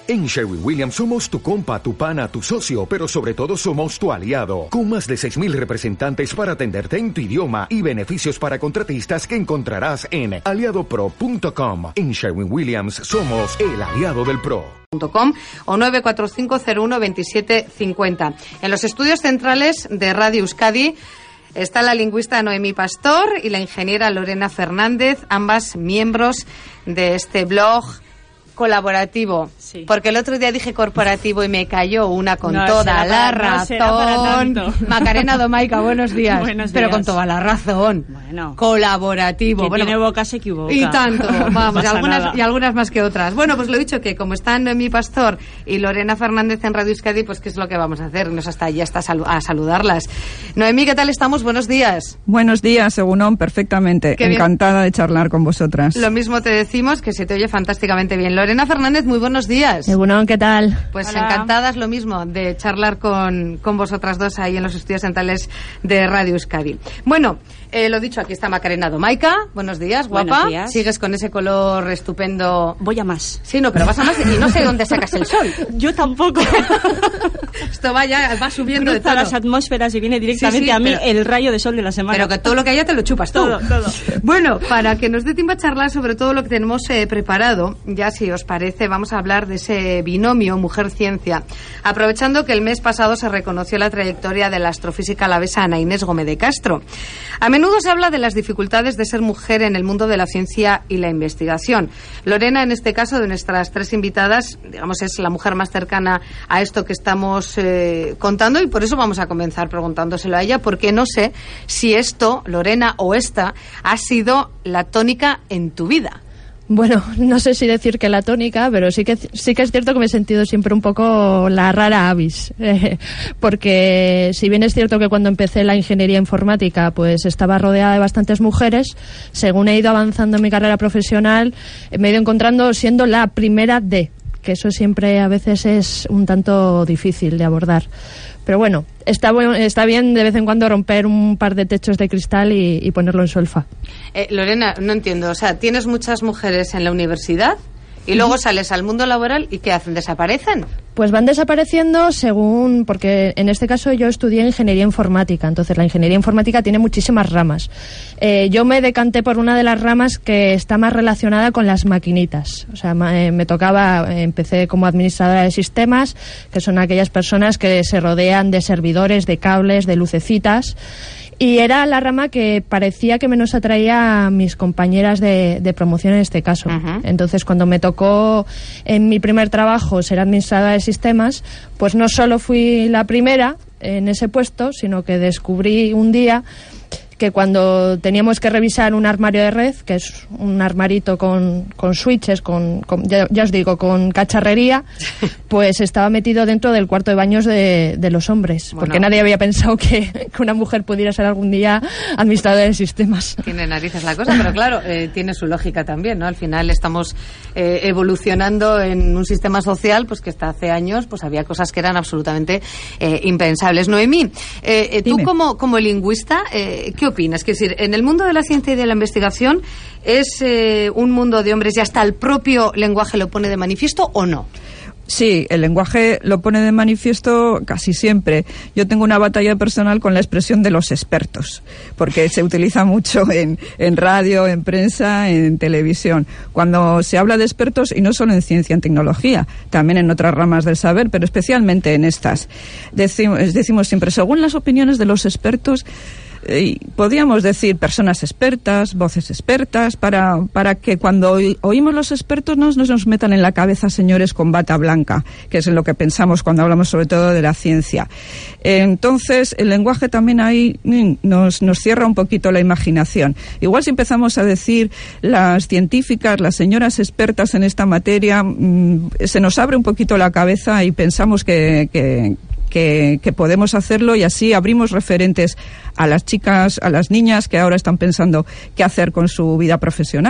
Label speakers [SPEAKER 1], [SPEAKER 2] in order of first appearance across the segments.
[SPEAKER 1] En Sherwin-Williams somos tu compa, tu pana, tu socio, pero sobre todo somos tu aliado, con más de 6,000 representantes para atenderte en tu idioma y beneficios para contratistas que encontrarás en aliadopro.com. En Sherwin-Williams somos el aliado del pro.
[SPEAKER 2] O 945012750. En los estudios centrales de Radio Euskadi está la lingüista Noemí Pastor y la ingeniera Lorena Fernández, ambas miembros de este blog colaborativo, sí. Porque el otro día dije corporativo y me cayó una con toda la razón. Macarena Domaica, buenos días.
[SPEAKER 3] Buenos
[SPEAKER 2] pero
[SPEAKER 3] días.
[SPEAKER 2] Con toda la razón.
[SPEAKER 3] Bueno,
[SPEAKER 2] colaborativo.
[SPEAKER 3] Que
[SPEAKER 2] bueno,
[SPEAKER 3] tiene boca se equivoca.
[SPEAKER 2] Y tanto, vamos,
[SPEAKER 3] No
[SPEAKER 2] y algunas más que otras. Bueno, pues lo he dicho, que como están Noemí Pastor y Lorena Fernández en Radio Euskadi, pues ¿qué es lo que vamos a hacer? Nos hasta allí hasta a saludarlas. Noemí, ¿qué tal estamos? Buenos días.
[SPEAKER 4] Buenos días, Egunon, perfectamente. Qué encantada bien de charlar con vosotras.
[SPEAKER 2] Lo mismo te decimos, que se te oye fantásticamente bien. Lorena Fernández, muy buenos días.
[SPEAKER 5] Egunon, ¿qué tal?
[SPEAKER 2] Pues
[SPEAKER 3] hola.
[SPEAKER 2] Encantadas, lo mismo, de charlar con vosotras dos ahí en los estudios centrales de Radio Euskadi. Bueno, lo dicho, aquí está Macarena Domaica. Buenos días, guapa.
[SPEAKER 3] Buenos días.
[SPEAKER 2] Sigues con ese color estupendo.
[SPEAKER 3] Voy a más.
[SPEAKER 2] Sí, no, pero vas a más y no sé dónde sacas el sol.
[SPEAKER 3] Yo tampoco.
[SPEAKER 2] Esto va subiendo
[SPEAKER 3] Cruza
[SPEAKER 2] de todo.
[SPEAKER 3] las atmósferas y viene directamente a mí el rayo de sol de la semana.
[SPEAKER 2] Pero que todo lo que haya te lo chupas tú.
[SPEAKER 3] Todo.
[SPEAKER 2] Bueno, para que nos dé tiempo a charlar sobre todo lo que tenemos preparado, ya si os parece, vamos a hablar de ese binomio mujer-ciencia. Aprovechando que el mes pasado se reconoció la trayectoria de la astrofísica alavesa Ana Inés Gómez de Castro. A menudo se habla de las dificultades de ser mujer en el mundo de la ciencia y la investigación. Lorena, en este caso, de nuestras tres invitadas, digamos, es la mujer más cercana a esto que estamos contando, y por eso vamos a comenzar preguntándoselo a ella, porque no sé si esto, Lorena, o esta, ha sido la tónica en tu vida.
[SPEAKER 5] Bueno, no sé si decir que la tónica, pero sí que es cierto que me he sentido siempre un poco la rara avis, porque si bien es cierto que cuando empecé la ingeniería informática pues estaba rodeada de bastantes mujeres, según he ido avanzando en mi carrera profesional me he ido encontrando siendo la primera de, que eso siempre a veces es un tanto difícil de abordar. Pero bueno, está bien de vez en cuando romper un par de techos de cristal y ponerlo en solfa.
[SPEAKER 2] Lorena, no entiendo, o sea, tienes muchas mujeres en la universidad y luego sales al mundo laboral y ¿qué hacen? ¿Desaparecen?
[SPEAKER 5] Pues van desapareciendo según, porque en este caso yo estudié ingeniería informática, entonces la ingeniería informática tiene muchísimas ramas. Yo me decanté por una de las ramas que está más relacionada con las maquinitas. O sea, empecé como administradora de sistemas, que son aquellas personas que se rodean de servidores, de cables, de lucecitas. Y era la rama que parecía que menos atraía a mis compañeras de promoción en este caso. Uh-huh. Entonces, cuando me tocó en mi primer trabajo ser administradora de sistemas, pues no solo fui la primera en ese puesto, sino que descubrí un día que cuando teníamos que revisar un armario de red, que es un armarito con switches, ya os digo, con cacharrería, pues estaba metido dentro del cuarto de baños de los hombres, bueno, porque nadie había pensado que una mujer pudiera ser algún día administradora de sistemas.
[SPEAKER 2] Tiene narices la cosa, pero claro, tiene su lógica también, ¿no? Al final estamos evolucionando en un sistema social pues que hasta hace años pues había cosas que eran absolutamente impensables. Noemí, tú como lingüista, ¿qué opinas? Quiero decir, en el mundo de la ciencia y de la investigación, ¿es un mundo de hombres y hasta el propio lenguaje lo pone de manifiesto o no?
[SPEAKER 4] Sí, el lenguaje lo pone de manifiesto casi siempre. Yo tengo una batalla personal con la expresión de los expertos, porque se utiliza mucho en radio, en prensa, en televisión. Cuando se habla de expertos, y no solo en ciencia, en tecnología, también en otras ramas del saber, pero especialmente en estas, decimos siempre, según las opiniones de los expertos, podríamos decir personas expertas, voces expertas, para que cuando oímos los expertos no nos metan en la cabeza señores con bata blanca, que es en lo que pensamos cuando hablamos sobre todo de la ciencia. Entonces, el lenguaje también ahí nos cierra un poquito la imaginación. Igual si empezamos a decir las científicas, las señoras expertas en esta materia, se nos abre un poquito la cabeza y pensamos que podemos hacerlo, y así abrimos referentes a las chicas, a las niñas que ahora están pensando qué hacer con su vida profesional.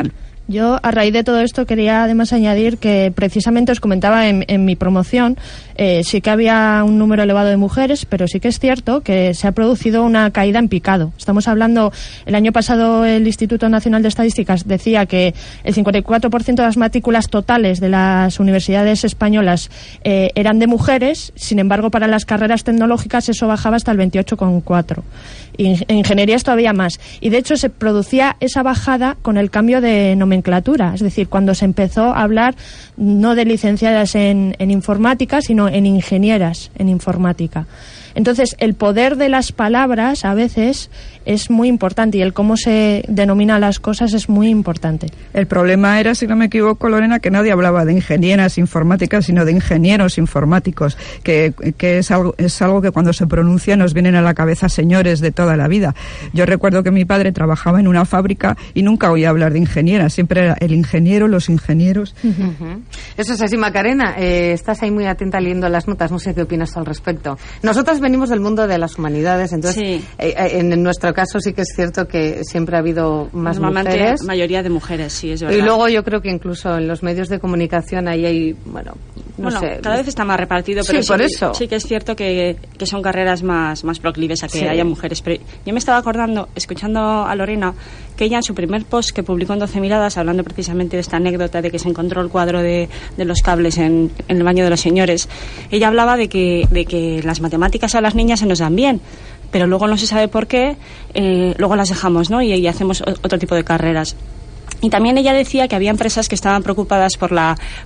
[SPEAKER 5] Yo, a raíz de todo esto, quería además añadir que precisamente os comentaba en mi promoción, sí que había un número elevado de mujeres, pero sí que es cierto que se ha producido una caída en picado. Estamos hablando, el año pasado el Instituto Nacional de Estadísticas decía que el 54% de las matrículas totales de las universidades españolas eran de mujeres, sin embargo, para las carreras tecnológicas eso bajaba hasta el 28,4%. Y en ingeniería es todavía más. Y de hecho se producía esa bajada con el cambio de nomenclatura, es decir, cuando se empezó a hablar no de licenciadas en informática, sino en ingenieras en informática. Entonces, el poder de las palabras a veces es muy importante y el cómo se denomina las cosas es muy importante.
[SPEAKER 4] El problema era, si no me equivoco, Lorena, que nadie hablaba de ingenieras informáticas, sino de ingenieros informáticos, que es algo que cuando se pronuncia nos vienen a la cabeza señores de toda la vida. Yo recuerdo que mi padre trabajaba en una fábrica y nunca oía hablar de ingenieras, siempre era el ingeniero, los ingenieros.
[SPEAKER 2] Eso es así, Macarena. Estás ahí muy atenta leyendo las notas, no sé qué opinas al respecto. Nosotras venimos del mundo de las humanidades, entonces
[SPEAKER 3] sí.
[SPEAKER 2] En nuestro caso sí que es cierto que siempre ha habido más mujeres.
[SPEAKER 3] Mayoría de mujeres, sí, es verdad.
[SPEAKER 2] Y luego yo creo que incluso en los medios de comunicación ahí hay, no sé.
[SPEAKER 3] Cada vez está más repartido, pero
[SPEAKER 2] sí, por eso.
[SPEAKER 3] Sí que es cierto que son carreras más proclives a que haya mujeres. Pero yo me estaba acordando, escuchando a Lorena, que ella en su primer post que publicó en 12 Miradas, hablando precisamente de esta anécdota de que se encontró el cuadro de los cables en el baño de los señores, ella hablaba de que las matemáticas a las niñas se nos dan bien, pero luego no se sabe por qué, luego las dejamos, ¿no? Y hacemos otro tipo de carreras. Y también ella decía que había empresas que estaban preocupadas por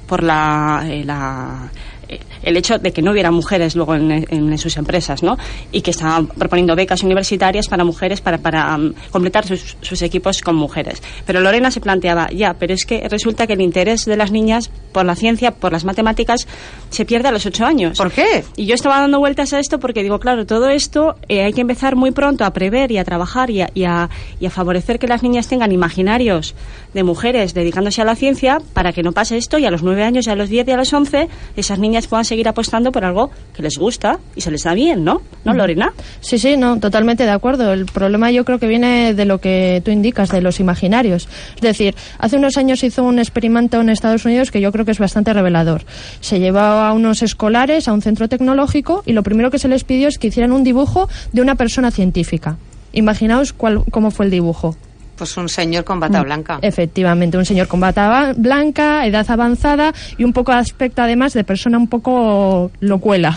[SPEAKER 3] el hecho de que no hubiera mujeres luego en sus empresas, ¿no? Y que estaban proponiendo becas universitarias para mujeres para completar sus equipos con mujeres. Pero Lorena se planteaba, pero es que resulta que el interés de las niñas por la ciencia, por las matemáticas, se pierde a los 8 años.
[SPEAKER 2] ¿Por qué?
[SPEAKER 3] Y yo estaba dando vueltas a esto porque digo, claro, todo esto hay que empezar muy pronto a prever y a trabajar y a favorecer que las niñas tengan imaginarios de mujeres dedicándose a la ciencia para que no pase esto y a los 9 años, y a los 10 y a los 11 esas niñas puedan seguir apostando por algo que les gusta y se les da bien, ¿no? ¿No, Lorena?
[SPEAKER 5] Sí, no, totalmente de acuerdo. El problema yo creo que viene de lo que tú indicas, de los imaginarios. Es decir, hace unos años se hizo un experimento en Estados Unidos que yo creo que es bastante revelador. Se llevó a unos escolares a un centro tecnológico y lo primero que se les pidió es que hicieran un dibujo de una persona científica. Imaginaos cómo fue el dibujo.
[SPEAKER 2] Pues un señor con bata blanca.
[SPEAKER 5] Efectivamente, un señor con bata blanca, edad avanzada y un poco de aspecto además de persona un poco locuela.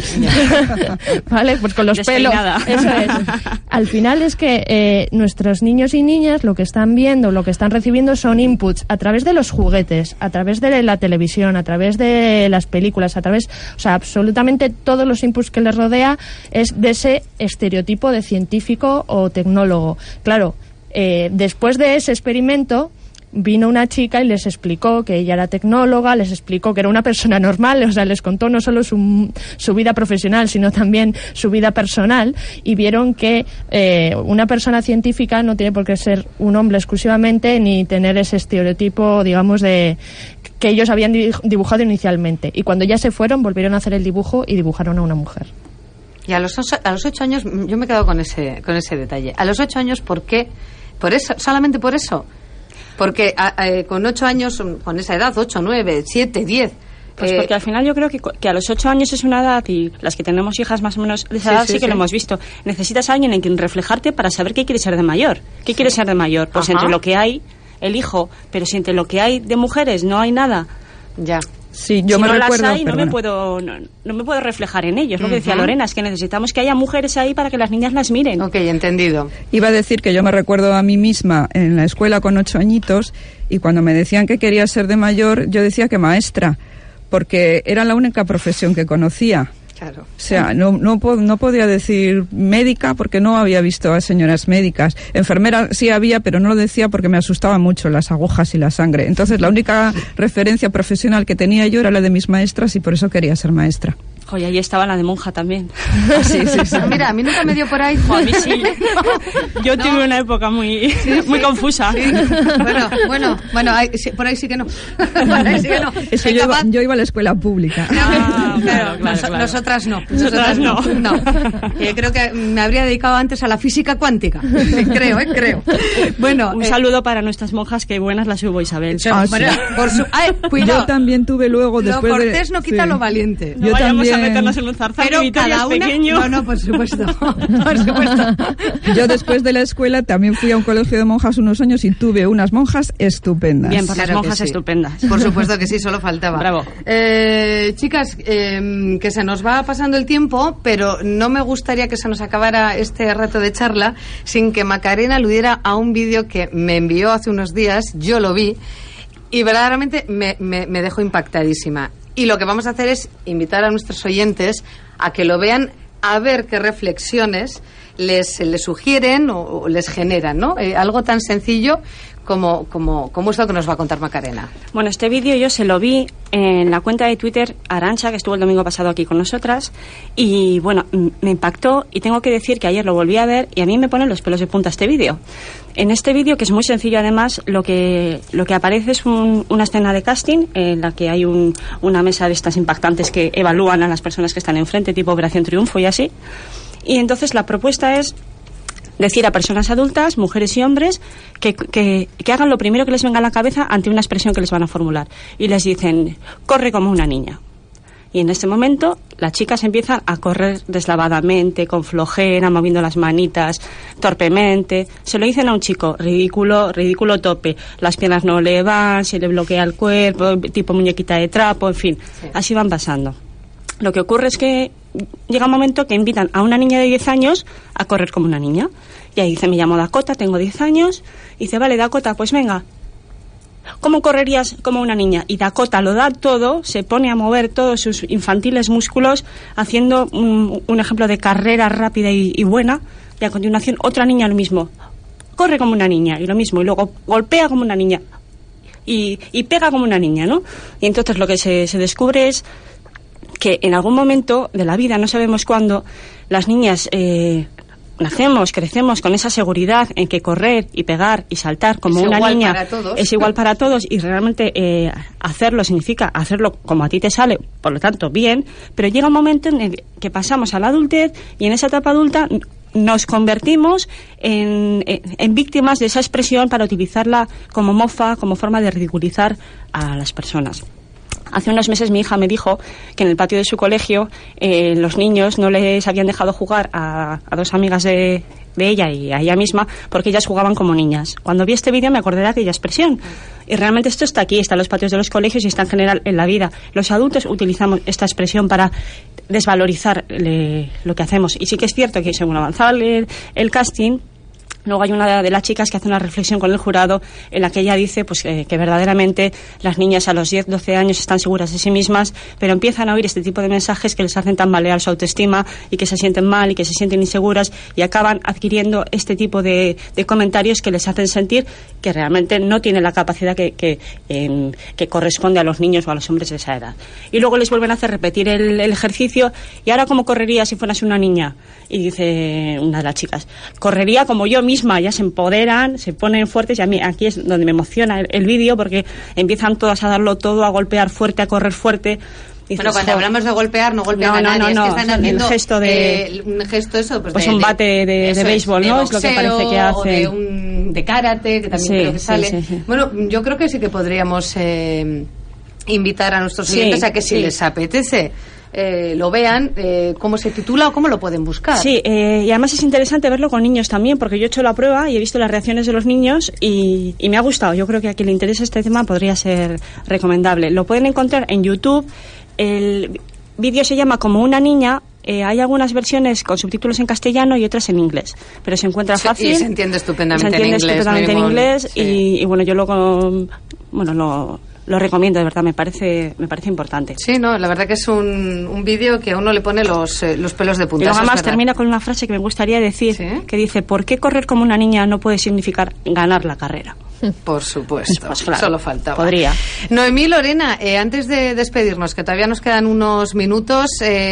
[SPEAKER 5] ¿Vale? Pues con los
[SPEAKER 3] despeinada.
[SPEAKER 5] Pelos. Eso es. Al final es que nuestros niños y niñas lo que están viendo, lo que están recibiendo son inputs a través de los juguetes, a través de la televisión, a través de las películas, absolutamente todos los inputs que les rodea es de ese estereotipo de científico o tecnólogo. Claro, después de ese experimento vino una chica y les explicó que ella era tecnóloga, les explicó que era una persona normal, les contó no solo su vida profesional, sino también su vida personal, y vieron que una persona científica no tiene por qué ser un hombre exclusivamente, ni tener ese estereotipo, digamos, de que ellos habían dibujado inicialmente. Y cuando ya se fueron, volvieron a hacer el dibujo y dibujaron a una mujer.
[SPEAKER 2] Y a los 8 años, yo me he quedado con ese detalle. A los 8 años, ¿por qué? ¿Por eso? ¿Solamente por eso? Porque con 8 años, con esa edad, 8, 9, 7, 10...
[SPEAKER 3] Pues porque al final yo creo que a los 8 años es una edad, y las que tenemos hijas más o menos de esa edad sí que lo hemos visto. Necesitas a alguien en quien reflejarte para saber qué quieres ser de mayor. ¿Qué quieres ser de mayor? Pues entre lo que hay, elijo, pero si entre lo que hay de mujeres no hay nada...
[SPEAKER 2] Ya.
[SPEAKER 4] Sí, yo me recuerdo,
[SPEAKER 3] no me puedo reflejar en ellos. Lo que decía Lorena, es que necesitamos que haya mujeres ahí para que las niñas las miren.
[SPEAKER 2] Ok, entendido.
[SPEAKER 4] Iba a decir que yo me recuerdo a mí misma en la escuela con 8 añitos, y cuando me decían que quería ser de mayor, yo decía que maestra, porque era la única profesión que conocía.
[SPEAKER 2] Claro.
[SPEAKER 4] O sea, no podía decir médica porque no había visto a señoras médicas. Enfermera sí había, pero no lo decía porque me asustaban mucho las agujas y la sangre. Entonces la única referencia profesional que tenía yo era la de mis maestras, y por eso quería ser maestra.
[SPEAKER 3] Joder, ahí estaba la de monja también.
[SPEAKER 2] Sí. Mira, a mí nunca me dio por ahí.
[SPEAKER 3] A mí sí. Yo tuve una época muy confusa.
[SPEAKER 2] Sí. Bueno, por ahí sí que no. Por ahí sí que no.
[SPEAKER 4] Es que yo iba a la escuela pública.
[SPEAKER 3] Claro.
[SPEAKER 2] Nosotras no.
[SPEAKER 3] Nosotras no.
[SPEAKER 2] Creo que me habría dedicado antes a la física cuántica. Creo. Bueno,
[SPEAKER 3] un saludo para nuestras monjas, que buenas las hubo, Isabel.
[SPEAKER 2] Cuidado.
[SPEAKER 4] Yo también tuve luego, después
[SPEAKER 2] lo cortés no quita lo valiente.
[SPEAKER 3] No vayamos a meternos en un zarzal,
[SPEAKER 2] pero cada una
[SPEAKER 3] pequeño.
[SPEAKER 2] No, por supuesto.
[SPEAKER 4] Yo después de la escuela también fui a un colegio de monjas unos años y tuve unas monjas estupendas.
[SPEAKER 3] Bien, por las monjas estupendas.
[SPEAKER 2] Por supuesto que sí, solo faltaba.
[SPEAKER 3] Bravo.
[SPEAKER 2] Chicas, que se nos va pasando el tiempo, pero no me gustaría que se nos acabara este rato de charla sin que Macarena aludiera a un vídeo que me envió hace unos días. Yo lo vi y verdaderamente me dejó impactadísima. Y lo que vamos a hacer es invitar a nuestros oyentes a que lo vean, a ver qué reflexiones les sugieren o les generan, ¿no? Algo tan sencillo como es lo que nos va a contar Macarena.
[SPEAKER 3] Bueno, este vídeo yo se lo vi en la cuenta de Twitter Arantxa, que estuvo el domingo pasado aquí con nosotras, y bueno, me impactó, y tengo que decir que ayer lo volví a ver y a mí me ponen los pelos de punta este vídeo. En este vídeo, que es muy sencillo además, lo que aparece es una escena de casting en la que hay una mesa de estas impactantes que evalúan a las personas que están enfrente, tipo Operación Triunfo y así. Y entonces la propuesta es decir a personas adultas, mujeres y hombres, que hagan lo primero que les venga a la cabeza ante una expresión que les van a formular. Y les dicen, corre como una niña. Y en este momento las chicas empiezan a correr deslavadamente, con flojera, moviendo las manitas, torpemente. Se lo dicen a un chico, ridículo tope. Las piernas no le van, se le bloquea el cuerpo, tipo muñequita de trapo, en fin. Sí. Así van pasando. Lo que ocurre es que llega un momento que invitan a una niña de 10 años a correr como una niña. Y ahí dice, me llamo Dakota, tengo 10 años. Y dice, vale, Dakota, pues venga. ¿Cómo correrías como una niña? Y Dakota lo da todo, se pone a mover todos sus infantiles músculos, haciendo un ejemplo de carrera rápida y buena. Y a continuación otra niña lo mismo. Corre como una niña y lo mismo. Y luego golpea como una niña. Y pega como una niña, ¿no? Y entonces lo que se descubre es que en algún momento de la vida, no sabemos cuándo, las niñas crecemos con esa seguridad en que correr y pegar y saltar como una niña es igual para todos, y realmente hacerlo significa hacerlo como a ti te sale, por lo tanto bien, pero llega un momento en el que pasamos a la adultez y en esa etapa adulta nos convertimos en víctimas de esa expresión para utilizarla como mofa, como forma de ridiculizar a las personas. Hace unos meses mi hija me dijo que en el patio de su colegio los niños no les habían dejado jugar a dos amigas de ella y a ella misma porque ellas jugaban como niñas. Cuando vi este vídeo me acordé de aquella expresión. Y realmente esto está aquí, está en los patios de los colegios y está en general en la vida. Los adultos utilizamos esta expresión para desvalorizar lo que hacemos. Y sí que es cierto que según avanzaba el casting, luego hay una de las chicas que hace una reflexión con el jurado en la que ella dice pues que verdaderamente las niñas a los 10, 12 años están seguras de sí mismas, pero empiezan a oír este tipo de mensajes que les hacen tambalear su autoestima y que se sienten mal y que se sienten inseguras y acaban adquiriendo este tipo de comentarios que les hacen sentir que realmente no tienen la capacidad que corresponde a los niños o a los hombres de esa edad. Y luego les vuelven a hacer repetir el ejercicio. ¿Y ahora cómo correrías si fueras una niña? Y dice una de las chicas, correría como yo misma. Ya se empoderan, se ponen fuertes, y a mí aquí es donde me emociona el vídeo porque empiezan todas a darlo todo, a golpear fuerte, a correr fuerte. Dices,
[SPEAKER 2] bueno, cuando hablamos de golpear, no golpean a nadie, es que están haciendo
[SPEAKER 3] el gesto de
[SPEAKER 2] un gesto eso,
[SPEAKER 3] pues un bate de béisbol, ¿no?
[SPEAKER 2] Boxeo,
[SPEAKER 3] es lo que parece que hace.
[SPEAKER 2] O de karate, que también creo que sale. Sí. Bueno, yo creo que sí que podríamos invitar a nuestros oyentes a que si les apetece lo vean, cómo se titula o cómo lo pueden buscar.
[SPEAKER 3] Sí, y además es interesante verlo con niños también, porque yo he hecho la prueba y he visto las reacciones de los niños y me ha gustado. Yo creo que a quien le interesa este tema podría ser recomendable. Lo pueden encontrar en YouTube. El vídeo se llama Como una niña. Hay algunas versiones con subtítulos en castellano y otras en inglés, pero se encuentra fácil.
[SPEAKER 2] Y se entiende estupendamente en inglés.
[SPEAKER 3] Sí. Y bueno, yo lo recomiendo, de verdad, me parece importante.
[SPEAKER 2] Sí, no, la verdad que es un vídeo que a uno le pone los pelos de punta.
[SPEAKER 3] Y además termina con una frase que me gustaría decir, ¿sí? Que dice, ¿por qué correr como una niña no puede significar ganar la carrera?
[SPEAKER 2] Por supuesto,
[SPEAKER 3] pues claro,
[SPEAKER 2] solo faltaba.
[SPEAKER 3] Podría.
[SPEAKER 2] Noemí, Lorena, antes de despedirnos, que todavía nos quedan unos minutos,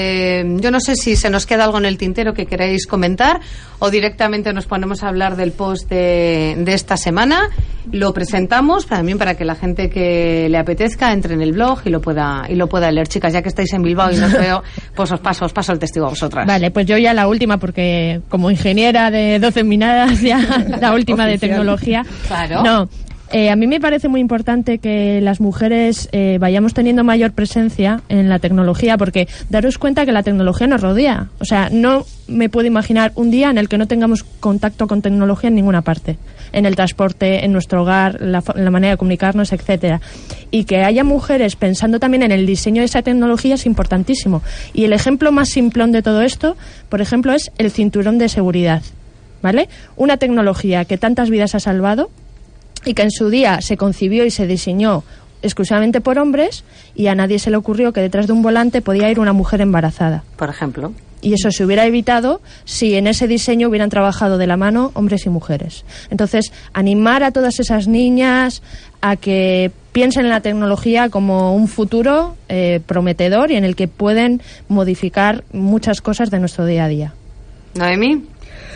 [SPEAKER 2] yo no sé si se nos queda algo en el tintero que queráis comentar o directamente nos ponemos a hablar del post de esta semana. Lo presentamos también para que la gente que le apetezca entre en el blog y lo pueda leer. Chicas, ya que estáis en Bilbao y no os veo, pues os paso el testigo a vosotras.
[SPEAKER 5] Vale, pues yo ya la última, porque como ingeniera de 12 minadas, ya la última de tecnología.
[SPEAKER 2] Claro.
[SPEAKER 5] No, a mí me parece muy importante que las mujeres vayamos teniendo mayor presencia en la tecnología, porque daros cuenta que la tecnología nos rodea. O sea, no me puedo imaginar un día en el que no tengamos contacto con tecnología en ninguna parte. En el transporte, en nuestro hogar, la manera de comunicarnos, etcétera. Y que haya mujeres pensando también en el diseño de esa tecnología es importantísimo. Y el ejemplo más simplón de todo esto, por ejemplo, es el cinturón de seguridad. ¿Vale? Una tecnología que tantas vidas ha salvado y que en su día se concibió y se diseñó exclusivamente por hombres, y a nadie se le ocurrió que detrás de un volante podía ir una mujer embarazada.
[SPEAKER 2] Por ejemplo.
[SPEAKER 5] Y eso se hubiera evitado si en ese diseño hubieran trabajado de la mano hombres y mujeres. Entonces, animar a todas esas niñas a que piensen en la tecnología como un futuro prometedor y en el que pueden modificar muchas cosas de nuestro día a día.
[SPEAKER 2] Noemí.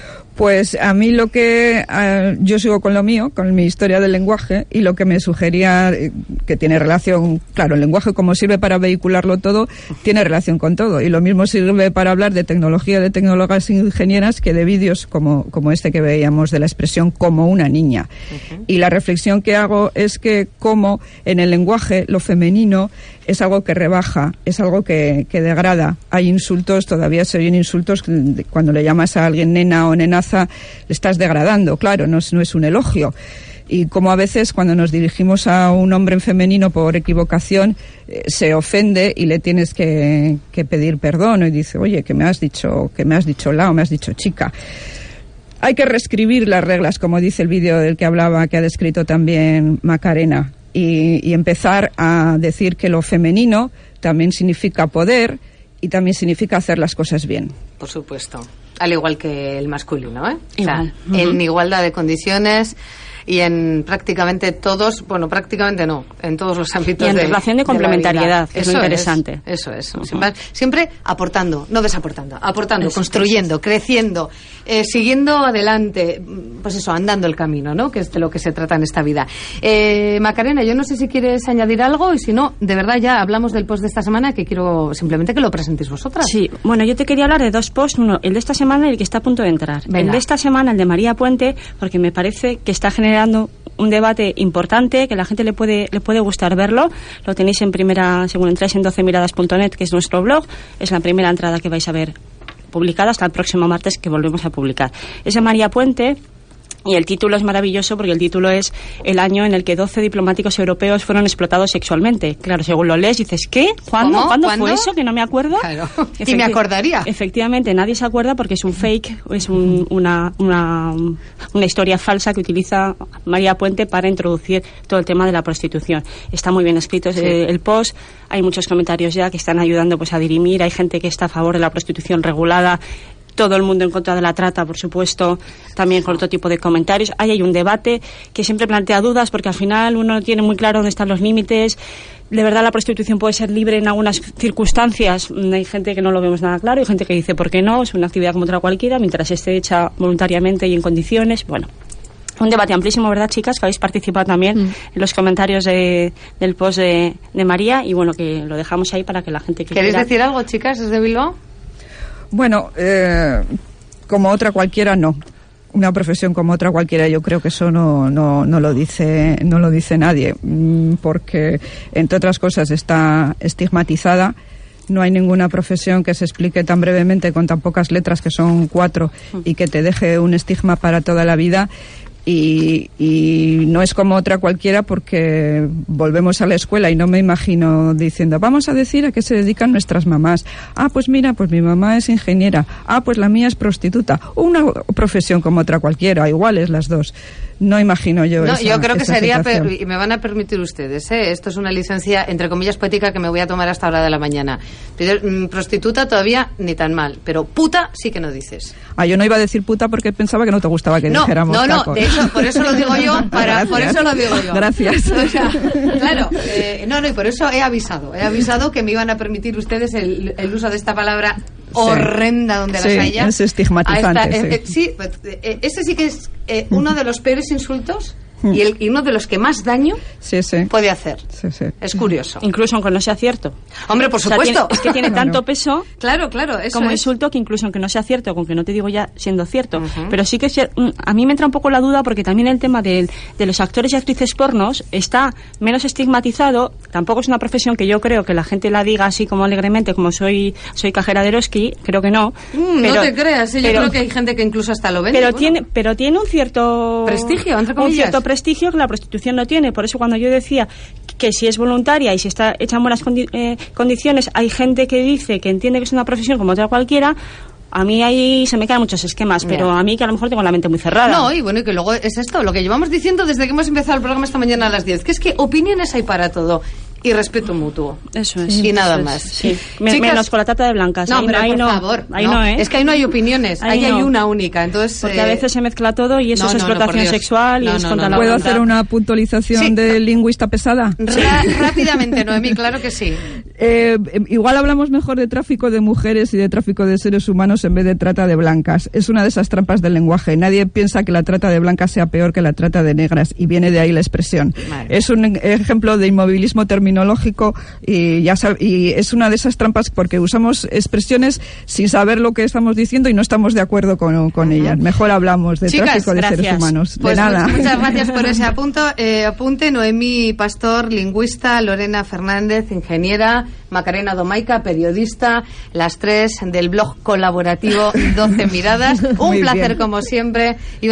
[SPEAKER 4] Pues a mí lo que... yo sigo con lo mío, con mi historia del lenguaje, y lo que me sugería, que tiene relación... Claro, el lenguaje, como sirve para vehicularlo todo, tiene relación con todo. Y lo mismo sirve para hablar de tecnología, de tecnólogas ingenieras, que de vídeos como este que veíamos de la expresión como una niña. Uh-huh. Y la reflexión que hago es que como en el lenguaje lo femenino es algo que rebaja, es algo que degrada. Hay insultos, todavía se oyen insultos, cuando le llamas a alguien nena o nenaza, le estás degradando, claro, no es un elogio. Y como a veces cuando nos dirigimos a un hombre en femenino por equivocación, se ofende y le tienes que pedir perdón, y dice, oye, que me has dicho la o me has dicho chica. Hay que reescribir las reglas, como dice el vídeo del que hablaba, que ha descrito también Macarena. Y empezar a decir que lo femenino también significa poder y también significa hacer las cosas bien.
[SPEAKER 2] Por supuesto. Al igual que el masculino, ¿eh?
[SPEAKER 3] Igual.
[SPEAKER 2] O sea, en igualdad de condiciones y en prácticamente todos, bueno, prácticamente no, en todos los ámbitos.
[SPEAKER 3] Y en relación de complementariedad, que es lo interesante.
[SPEAKER 2] Eso es. Siempre aportando, no desaportando, aportando, construyendo, creciendo, siguiendo adelante, pues eso, andando el camino, ¿no? Que es de lo que se trata en esta vida. Macarena, yo no sé si quieres añadir algo, y si no, de verdad ya hablamos del post de esta semana, que quiero simplemente que lo presentéis vosotras.
[SPEAKER 3] Sí, bueno, yo te quería hablar de dos posts, uno, el de esta semana y el que está a punto de entrar.
[SPEAKER 2] Venga.
[SPEAKER 3] El de esta semana, el de María Puente, porque me parece que está generando un debate importante, que a la gente le puede gustar verlo. Lo tenéis en primera, según entráis en 12miradas.net, que es nuestro blog, es la primera entrada que vais a ver publicada hasta el próximo martes, que volvemos a publicar. Es de María Puente. Y el título es maravilloso porque el título es el año en el que 12 diplomáticos europeos fueron explotados sexualmente. Claro, según lo lees dices, ¿qué? ¿Cuándo fue eso? Que no me acuerdo.
[SPEAKER 2] Claro. Y me acordaría.
[SPEAKER 3] Efectivamente, nadie se acuerda porque es un fake, es una historia falsa que utiliza María Puente para introducir todo el tema de la prostitución. Está muy bien escrito el post. Hay muchos comentarios ya que están ayudando pues a dirimir. Hay gente que está a favor de la prostitución regulada. Todo el mundo en contra de la trata, por supuesto, también con otro tipo de comentarios. Ahí hay un debate que siempre plantea dudas, porque al final uno no tiene muy claro dónde están los límites. De verdad, la prostitución puede ser libre en algunas circunstancias. Hay gente que no lo vemos nada claro, hay gente que dice, ¿por qué no? Es una actividad como otra cualquiera, mientras esté hecha voluntariamente y en condiciones. Bueno, un debate amplísimo, ¿verdad, chicas? Que habéis participado también en los comentarios del post de María, y bueno, que lo dejamos ahí para que la gente que
[SPEAKER 2] ¿Queréis
[SPEAKER 3] quiera...
[SPEAKER 2] decir algo, chicas, desde Bilbao?
[SPEAKER 4] Bueno, como otra cualquiera, no. Una profesión como otra cualquiera, yo creo que eso no lo dice nadie, porque entre otras cosas está estigmatizada. No hay ninguna profesión que se explique tan brevemente con tan pocas letras, que son 4, y que te deje un estigma para toda la vida. Y no es como otra cualquiera, porque volvemos a la escuela y no me imagino diciendo, vamos a decir a qué se dedican nuestras mamás. Ah, pues mira, pues mi mamá es ingeniera. Ah, pues la mía es prostituta. Una profesión como otra cualquiera, iguales las dos. No imagino yo
[SPEAKER 2] No,
[SPEAKER 4] esa,
[SPEAKER 2] yo creo que
[SPEAKER 4] esa
[SPEAKER 2] sería,
[SPEAKER 4] situación.
[SPEAKER 2] y me van a permitir ustedes, esto es una licencia, entre comillas, poética que me voy a tomar hasta hora de la mañana. Prostituta todavía ni tan mal, pero puta sí que no dices.
[SPEAKER 4] Yo no iba a decir puta porque pensaba que no te gustaba que dijéramos
[SPEAKER 2] No,
[SPEAKER 4] tacos.
[SPEAKER 2] de hecho, por eso lo digo yo, por eso lo digo yo.
[SPEAKER 4] Gracias.
[SPEAKER 2] O sea, claro, y por eso he avisado que me iban a permitir ustedes el uso de esta palabra horrenda donde las haya.
[SPEAKER 4] Es estigmatizante.
[SPEAKER 2] Sí, ese sí que es uno de los peores insultos y uno de los que más daño puede hacer. Es curioso.
[SPEAKER 3] Incluso aunque no sea cierto.
[SPEAKER 2] Hombre, por supuesto.
[SPEAKER 3] Es que tiene tanto peso
[SPEAKER 2] claro, eso
[SPEAKER 3] como insulto que incluso aunque no sea cierto, con que no te digo ya siendo cierto. Pero sí que a mí me entra un poco la duda porque también el tema de los actores y actrices pornos está menos estigmatizado. Tampoco es una profesión que yo creo que la gente la diga así como alegremente, como soy cajera de Eroski, creo que no.
[SPEAKER 2] No te creas, yo creo que hay gente que incluso hasta lo vende.
[SPEAKER 3] Pero tiene un cierto
[SPEAKER 2] prestigio, entre comillas.
[SPEAKER 3] Un cierto prestigio que la prostitución no tiene. Por eso cuando yo decía que si es voluntaria y si está hecha en buenas condiciones, hay gente que dice que entiende que es una profesión como otra cualquiera. A mí ahí se me caen muchos esquemas, pero a mí que a lo mejor tengo la mente muy cerrada.
[SPEAKER 2] No, y bueno, y que luego es esto, lo que llevamos diciendo desde que hemos empezado el programa esta mañana a las 10, que es que opiniones hay para todo. Y respeto mutuo.
[SPEAKER 3] Eso es.
[SPEAKER 2] Y nada más.
[SPEAKER 3] Sí.
[SPEAKER 2] Chicas,
[SPEAKER 3] menos con la trata de blancas.
[SPEAKER 2] No, pero por favor. No, es que ahí no hay opiniones. Ahí hay una única. Entonces,
[SPEAKER 3] porque a veces se mezcla todo y eso es explotación sexual y es contra la
[SPEAKER 4] ¿Puedo
[SPEAKER 3] voluntad.
[SPEAKER 4] hacer una puntualización de lingüista pesada?
[SPEAKER 2] Rápidamente, Noemí, claro que sí.
[SPEAKER 4] Igual hablamos mejor de tráfico de mujeres y de tráfico de seres humanos en vez de trata de blancas. Es una de esas trampas del lenguaje. Nadie piensa que la trata de blancas sea peor que la trata de negras y viene de ahí la expresión. Vale. Es un ejemplo de inmovilismo terminológico y es una de esas trampas porque usamos expresiones sin saber lo que estamos diciendo y no estamos de acuerdo con ellas. Mejor hablamos de tráfico de seres humanos.
[SPEAKER 2] Pues
[SPEAKER 4] de nada.
[SPEAKER 2] Muchas gracias por ese apunte. Noemí Pastor, lingüista, Lorena Fernández, ingeniera, Macarena Domaica, periodista, las tres del blog colaborativo 12 Miradas. Un placer como siempre.